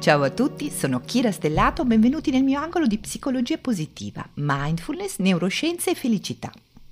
Ciao a tutti, sono Kira Stellato, benvenuti nel mio angolo di psicologia positiva, mindfulness, neuroscienze e felicità.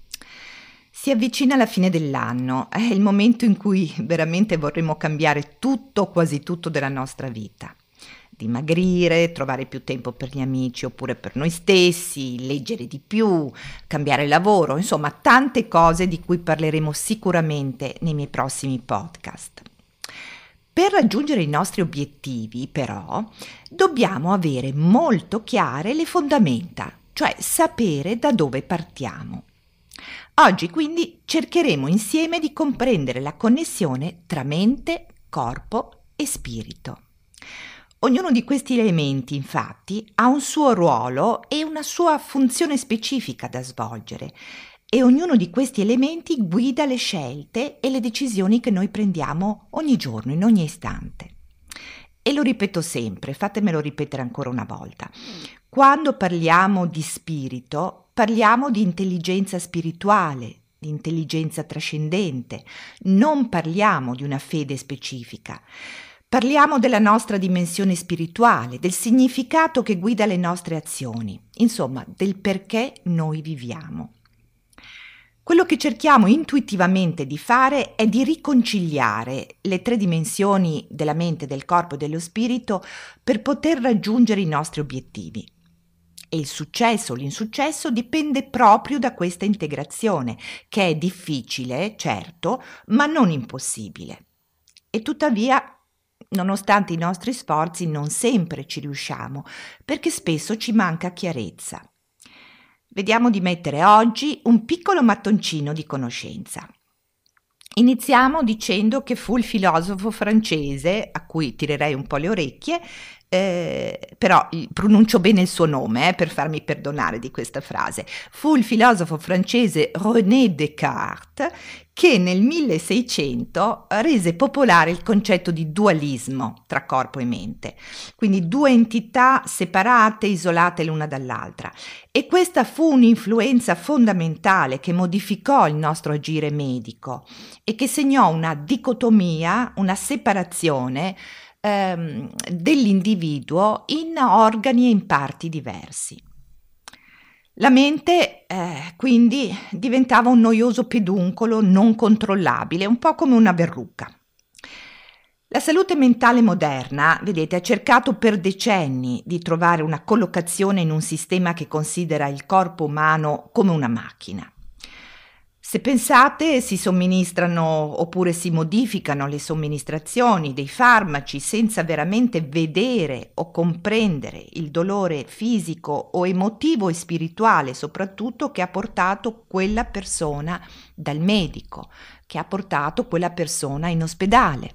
Si avvicina la fine dell'anno, è il momento in cui veramente vorremmo cambiare tutto, quasi tutto della nostra vita. Dimagrire, trovare più tempo per gli amici oppure per noi stessi, leggere di più, cambiare lavoro, insomma tante cose di cui parleremo sicuramente nei miei prossimi podcast. Per raggiungere i nostri obiettivi, però, dobbiamo avere molto chiare le fondamenta, cioè sapere da dove partiamo. Oggi quindi cercheremo insieme di comprendere la connessione tra mente, corpo e spirito. Ognuno di questi elementi, infatti, ha un suo ruolo e una sua funzione specifica da svolgere e ognuno di questi elementi guida le scelte e le decisioni che noi prendiamo ogni giorno, in ogni istante. E lo ripeto sempre, fatemelo ripetere ancora una volta. Quando parliamo di spirito, parliamo di intelligenza spirituale, di intelligenza trascendente, non parliamo di una fede specifica. Parliamo della nostra dimensione spirituale, del significato che guida le nostre azioni, insomma, del perché noi viviamo. Quello che cerchiamo intuitivamente di fare è di riconciliare le tre dimensioni della mente, del corpo e dello spirito per poter raggiungere i nostri obiettivi. E il successo o l'insuccesso dipende proprio da questa integrazione, che è difficile, certo, ma non impossibile. E tuttavia, nonostante i nostri sforzi, non sempre ci riusciamo, perché spesso ci manca chiarezza. Vediamo di mettere oggi un piccolo mattoncino di conoscenza. Iniziamo dicendo che fu il filosofo francese, a cui tirerei un po' le orecchie, però pronuncio bene il suo nome per farmi perdonare di questa frase. Fu il filosofo francese René Descartes che nel 1600 rese popolare il concetto di dualismo tra corpo e mente, quindi due entità separate, isolate l'una dall'altra. E questa fu un'influenza fondamentale che modificò il nostro agire medico e che segnò una dicotomia, una separazione dell'individuo in organi e in parti diversi. La mente quindi diventava un noioso peduncolo non controllabile, un po' come una verruca. La salute mentale moderna, vedete, ha cercato per decenni di trovare una collocazione in un sistema che considera il corpo umano come una macchina. Se pensate, si somministrano oppure si modificano le somministrazioni dei farmaci senza veramente vedere o comprendere il dolore fisico o emotivo e spirituale, soprattutto, che ha portato quella persona dal medico, che ha portato quella persona in ospedale.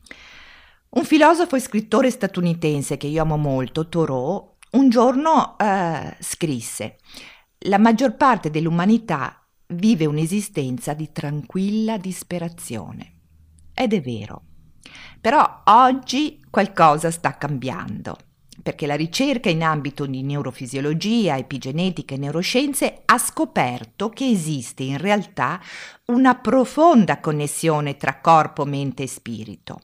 Un filosofo e scrittore statunitense che io amo molto, Thoreau, un giorno scrisse: «La maggior parte dell'umanità vive un'esistenza di tranquilla disperazione». Ed è vero. Però oggi qualcosa sta cambiando, perché la ricerca in ambito di neurofisiologia, epigenetica e neuroscienze ha scoperto che esiste in realtà una profonda connessione tra corpo, mente e spirito.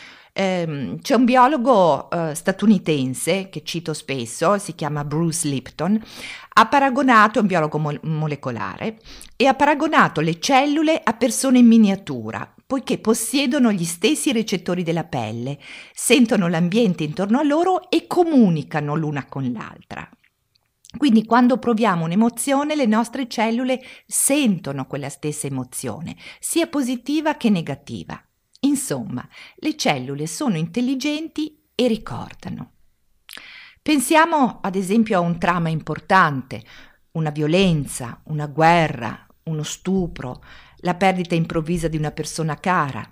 C'è un biologo statunitense che cito spesso, si chiama Bruce Lipton, ha paragonato, è un biologo molecolare, e ha paragonato le cellule a persone in miniatura, poiché possiedono gli stessi recettori della pelle, sentono l'ambiente intorno a loro e comunicano l'una con l'altra. Quindi quando proviamo un'emozione, le nostre cellule sentono quella stessa emozione, sia positiva che negativa. Insomma, le cellule sono intelligenti e ricordano. Pensiamo ad esempio a un trauma importante, una violenza, una guerra, uno stupro, la perdita improvvisa di una persona cara.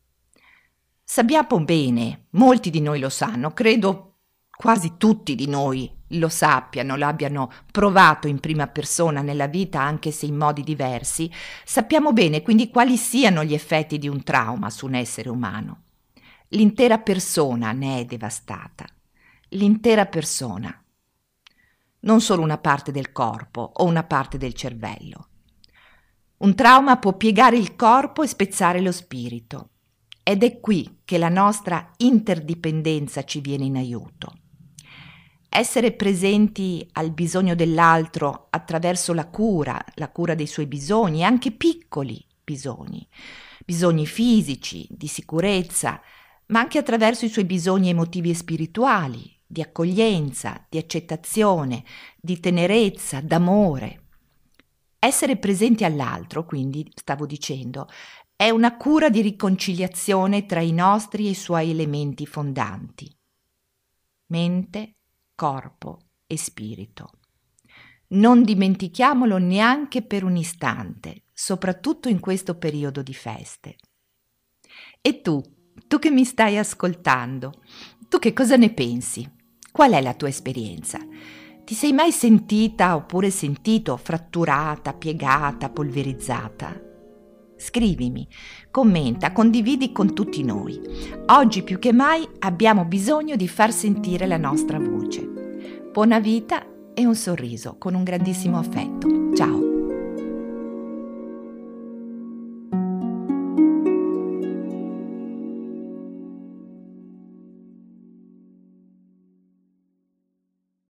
Sappiamo bene, molti di noi lo sanno, credo quasi tutti di noi lo sappiano, l'abbiano provato in prima persona nella vita, anche se in modi diversi. Sappiamo bene quindi quali siano gli effetti di un trauma su un essere umano. L'intera persona ne è devastata. L'intera persona. Non solo una parte del corpo o una parte del cervello. Un trauma può piegare il corpo e spezzare lo spirito. Ed è qui che la nostra interdipendenza ci viene in aiuto. Essere presenti al bisogno dell'altro attraverso la cura dei suoi bisogni, anche piccoli bisogni fisici, di sicurezza, ma anche attraverso i suoi bisogni emotivi e spirituali, di accoglienza, di accettazione, di tenerezza, d'amore. Essere presenti all'altro, quindi, stavo dicendo, è una cura di riconciliazione tra i nostri e i suoi elementi fondanti: mente, corpo e spirito. Non dimentichiamolo neanche per un istante, soprattutto in questo periodo di feste. E tu che mi stai ascoltando, tu che cosa ne pensi? Qual è la tua esperienza? Ti sei mai sentita oppure sentito fratturata, piegata, polverizzata? Scrivimi, commenta, condividi con tutti noi. Oggi più che mai abbiamo bisogno di far sentire la nostra voce. Buona vita e un sorriso con un grandissimo affetto. Ciao!